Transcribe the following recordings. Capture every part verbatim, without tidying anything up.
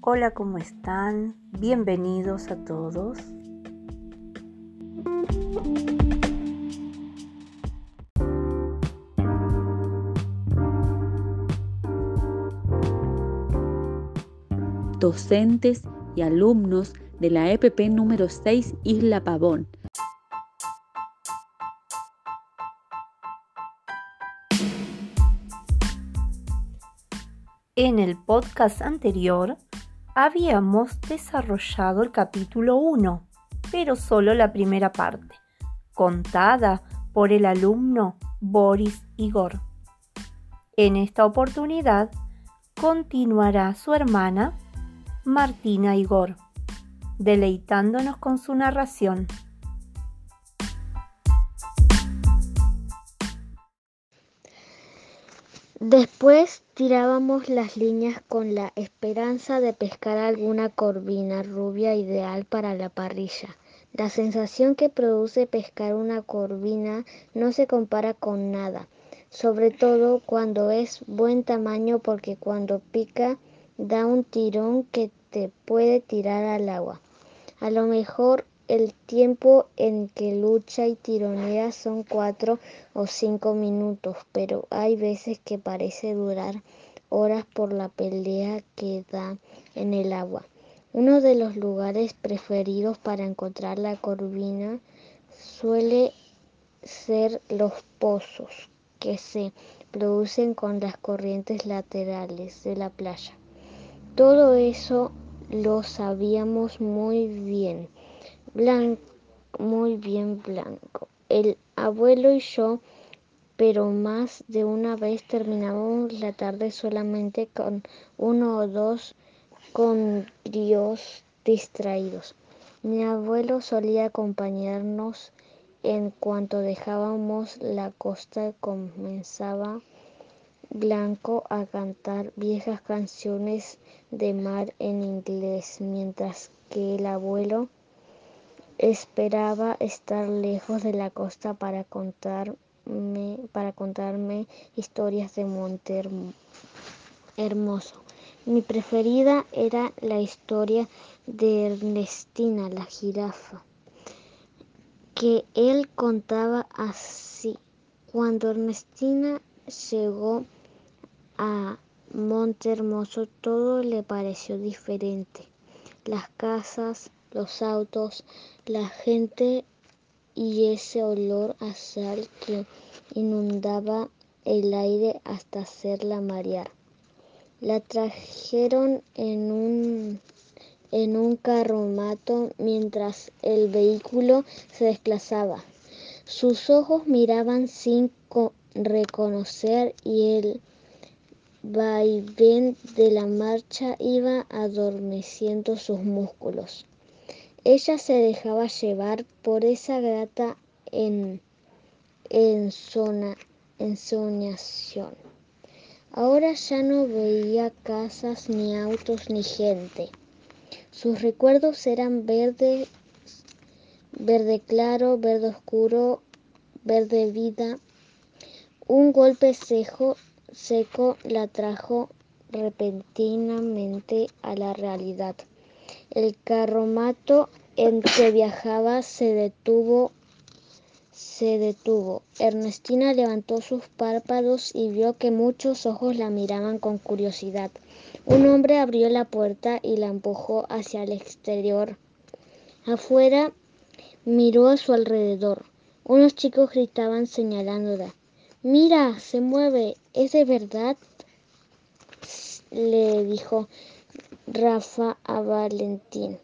Hola, ¿cómo están? Bienvenidos a todos. Docentes y alumnos de la E P P número seis Isla Pavón. En el podcast anterior habíamos desarrollado el capítulo uno, pero solo la primera parte, contada por el alumno Boris Igor. En esta oportunidad continuará su hermana Martina Igor, deleitándonos con su narración. Después tirábamos las líneas con la esperanza de pescar alguna corvina rubia ideal para la parrilla. La sensación que produce pescar una corvina no se compara con nada, sobre todo cuando es buen tamaño, porque cuando pica da un tirón que te puede tirar al agua. A lo mejor el tiempo en que lucha y tironea son cuatro o cinco minutos, pero hay veces que parece durar horas por la pelea que da en el agua. Uno de los lugares preferidos para encontrar la corvina suele ser los pozos que se producen con las corrientes laterales de la playa. Todo eso lo sabíamos muy bien, blanco, muy bien blanco, el abuelo y yo, pero más de una vez terminábamos la tarde solamente con uno o dos congrios distraídos. Mi abuelo solía acompañarnos en cuanto dejábamos la costa y comenzaba Blanco a cantar viejas canciones de mar en inglés, mientras que el abuelo esperaba estar lejos de la costa para contarme, para contarme historias de Monte Hermoso. Mi preferida era la historia de Ernestina, la jirafa, que él contaba así. Cuando Ernestina llegó a Monte Hermoso, todo le pareció diferente. Las casas, los autos, la gente y ese olor a sal que inundaba el aire hasta hacerla marear. La trajeron en un, en un carromato mientras el vehículo se desplazaba. Sus ojos miraban sin reconocer y el vaivén de la marcha iba adormeciendo sus músculos. Ella se dejaba llevar por esa grata en, enzona, ensoñación. Ahora ya no veía casas, ni autos, ni gente. Sus recuerdos eran verde, verde claro, verde oscuro, verde vida. Un golpe seco seco la trajo repentinamente a la realidad. El carromato en que viajaba se detuvo, se detuvo. Ernestina levantó sus párpados y vio que muchos ojos la miraban con curiosidad. Un hombre abrió la puerta y la empujó hacia el exterior. Afuera miró a su alrededor. Unos chicos gritaban señalándola. «Mira, se mueve, ¿es de verdad?», le dijo Rafa a Valentín.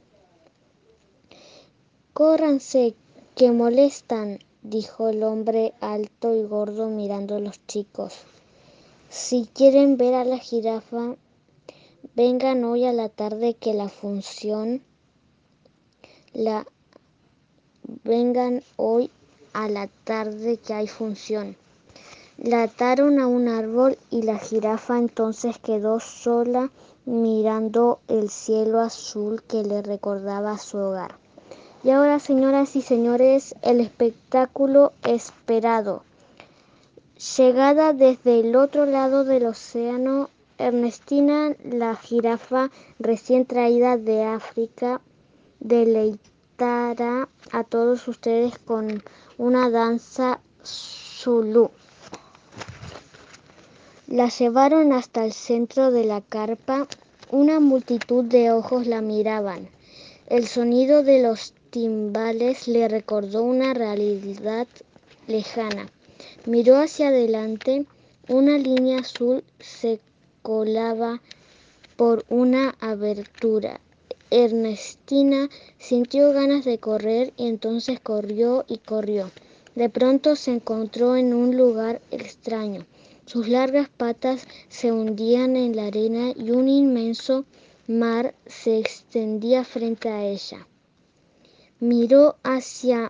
«Córranse, que molestan», dijo el hombre alto y gordo mirando a los chicos. «Si quieren ver a la jirafa, vengan hoy a la tarde que la función, la, vengan hoy a la tarde que hay función». La ataron a un árbol y la jirafa entonces quedó sola mirando el cielo azul que le recordaba su hogar. Y ahora, señoras y señores, el espectáculo esperado. Llegada desde el otro lado del océano Ernestina, la jirafa recién traída de África, deleitará a todos ustedes con una danza zulú. La llevaron hasta el centro de la carpa. Una multitud de ojos la miraban. El sonido de los timbales le recordó una realidad lejana. Miró hacia adelante. Una línea azul se colaba por una abertura. Ernestina sintió ganas de correr y entonces corrió y corrió. De pronto se encontró en un lugar extraño. Sus largas patas se hundían en la arena y un inmenso mar se extendía frente a ella. Miró hacia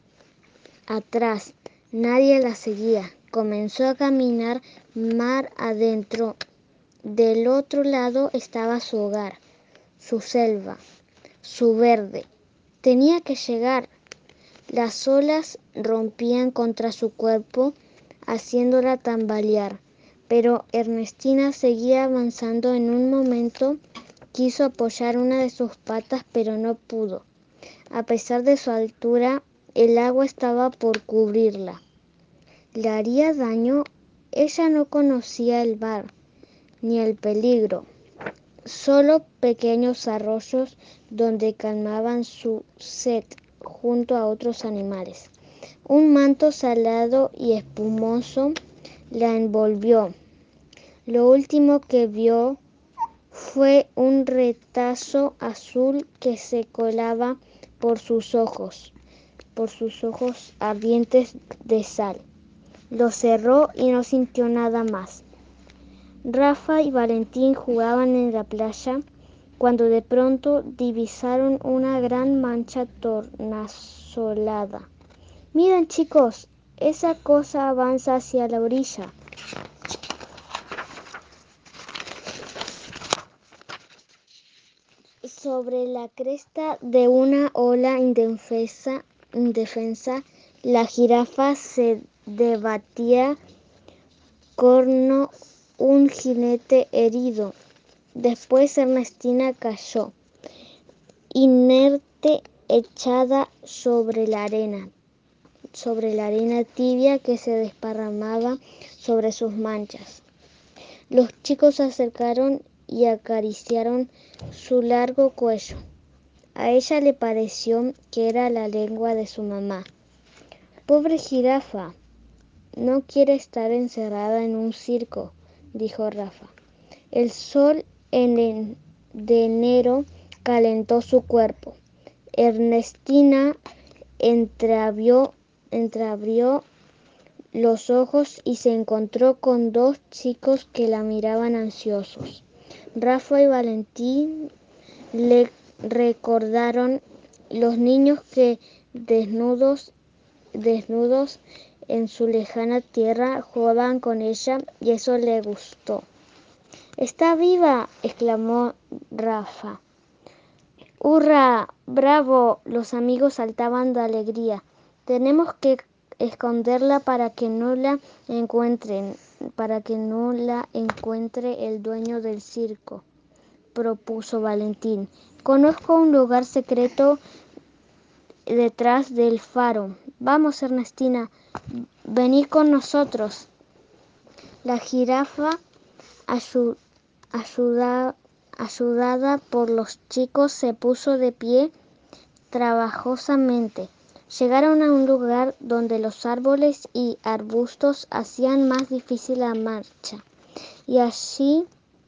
atrás. Nadie la seguía. Comenzó a caminar mar adentro. Del otro lado estaba su hogar, su selva, su verde. Tenía que llegar. Las olas rompían contra su cuerpo, haciéndola tambalear. Pero Ernestina seguía avanzando. En un momento quiso apoyar una de sus patas, pero no pudo. A pesar de su altura, el agua estaba por cubrirla. ¿Le haría daño? Ella no conocía el mar, ni el peligro. Solo pequeños arroyos donde calmaban su sed junto a otros animales. Un manto salado y espumoso la envolvió. Lo último que vio fue un retazo azul que se colaba por sus ojos, por sus ojos ardientes de sal. Lo cerró y no sintió nada más. Rafa y Valentín jugaban en la playa cuando de pronto divisaron una gran mancha tornasolada. «Miren, chicos, esa cosa avanza hacia la orilla». Sobre la cresta de una ola indefensa, indefensa, la jirafa se debatía como un jinete herido. Después Ernestina cayó, inerte, echada sobre la arena, sobre la arena tibia que se desparramaba sobre sus manchas. Los chicos se acercaron y acariciaron su largo cuello. A ella le pareció que era la lengua de su mamá. «Pobre jirafa, no quiere estar encerrada en un circo», dijo Rafa. El sol en el de enero calentó su cuerpo. Ernestina entreabrió, entreabrió los ojos y se encontró con dos chicos que la miraban ansiosos. Rafa y Valentín le recordaron los niños que desnudos, desnudos en su lejana tierra jugaban con ella y eso le gustó. «¡Está viva!», exclamó Rafa. «¡Hurra! ¡Bravo!». Los amigos saltaban de alegría. «Tenemos que esconderla para que no la encuentren, para que no la encuentre el dueño del circo», propuso Valentín. «Conozco un lugar secreto detrás del faro. Vamos, Ernestina, vení con nosotros». La jirafa, ayuda, ayudada por los chicos, se puso de pie trabajosamente. Llegaron a un lugar donde los árboles y arbustos hacían más difícil la marcha, y allí,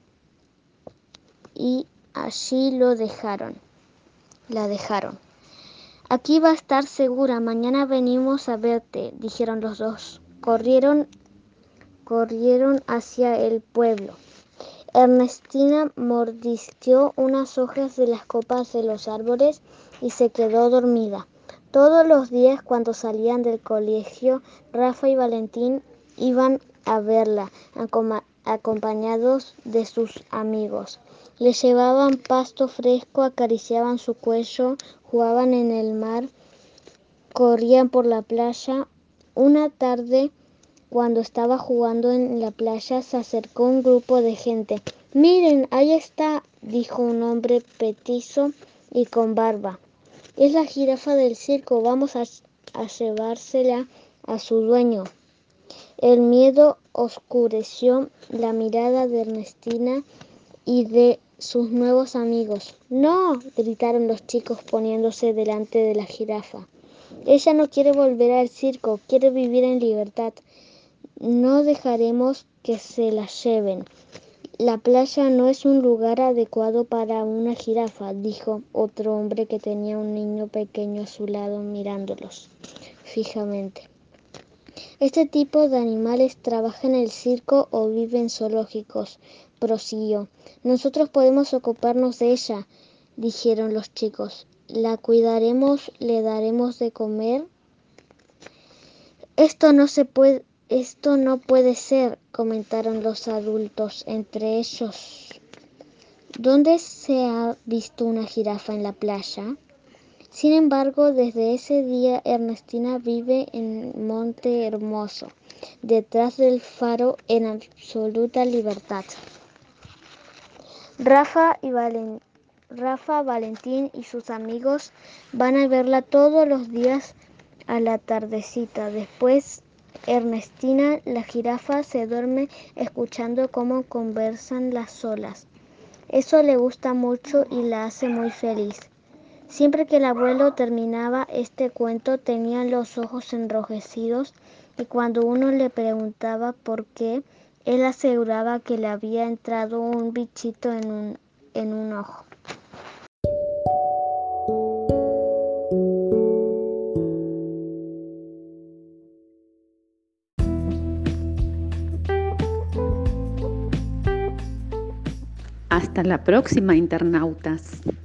y allí lo dejaron, la dejaron. «Aquí va a estar segura, mañana venimos a verte», dijeron los dos. Corrieron, corrieron hacia el pueblo. Ernestina mordisqueó unas hojas de las copas de los árboles y se quedó dormida. Todos los días cuando salían del colegio, Rafa y Valentín iban a verla, acompañados de sus amigos. Le llevaban pasto fresco, acariciaban su cuello, jugaban en el mar, corrían por la playa. Una tarde Cuando estaba jugando en la playa, se acercó un grupo de gente. «Miren, ahí está», dijo un hombre petizo y con barba. «Es la jirafa del circo, vamos a, a llevársela a su dueño». El miedo oscureció la mirada de Ernestina y de sus nuevos amigos. «¡No!», gritaron los chicos poniéndose delante de la jirafa. «Ella no quiere volver al circo, quiere vivir en libertad. No dejaremos que se la lleven». «La playa no es un lugar adecuado para una jirafa», dijo otro hombre que tenía un niño pequeño a su lado mirándolos fijamente. «Este tipo de animales trabaja en el circo o vive en zoológicos», prosiguió. «Nosotros podemos ocuparnos de ella», dijeron los chicos. «La cuidaremos, le daremos de comer». «Esto no se puede, esto no puede ser», comentaron los adultos entre ellos. «¿Dónde se ha visto una jirafa en la playa?». Sin embargo, desde ese día Ernestina vive en Monte Hermoso, detrás del faro, en absoluta libertad. Rafa y Valen, Rafa, Valentín y sus amigos van a verla todos los días a la tardecita. Después, Ernestina, la jirafa, se duerme escuchando cómo conversan las olas. Eso le gusta mucho y la hace muy feliz. Siempre que el abuelo terminaba este cuento tenía los ojos enrojecidos y cuando uno le preguntaba por qué, él aseguraba que le había entrado un bichito en un, en un ojo. Hasta la próxima, internautas.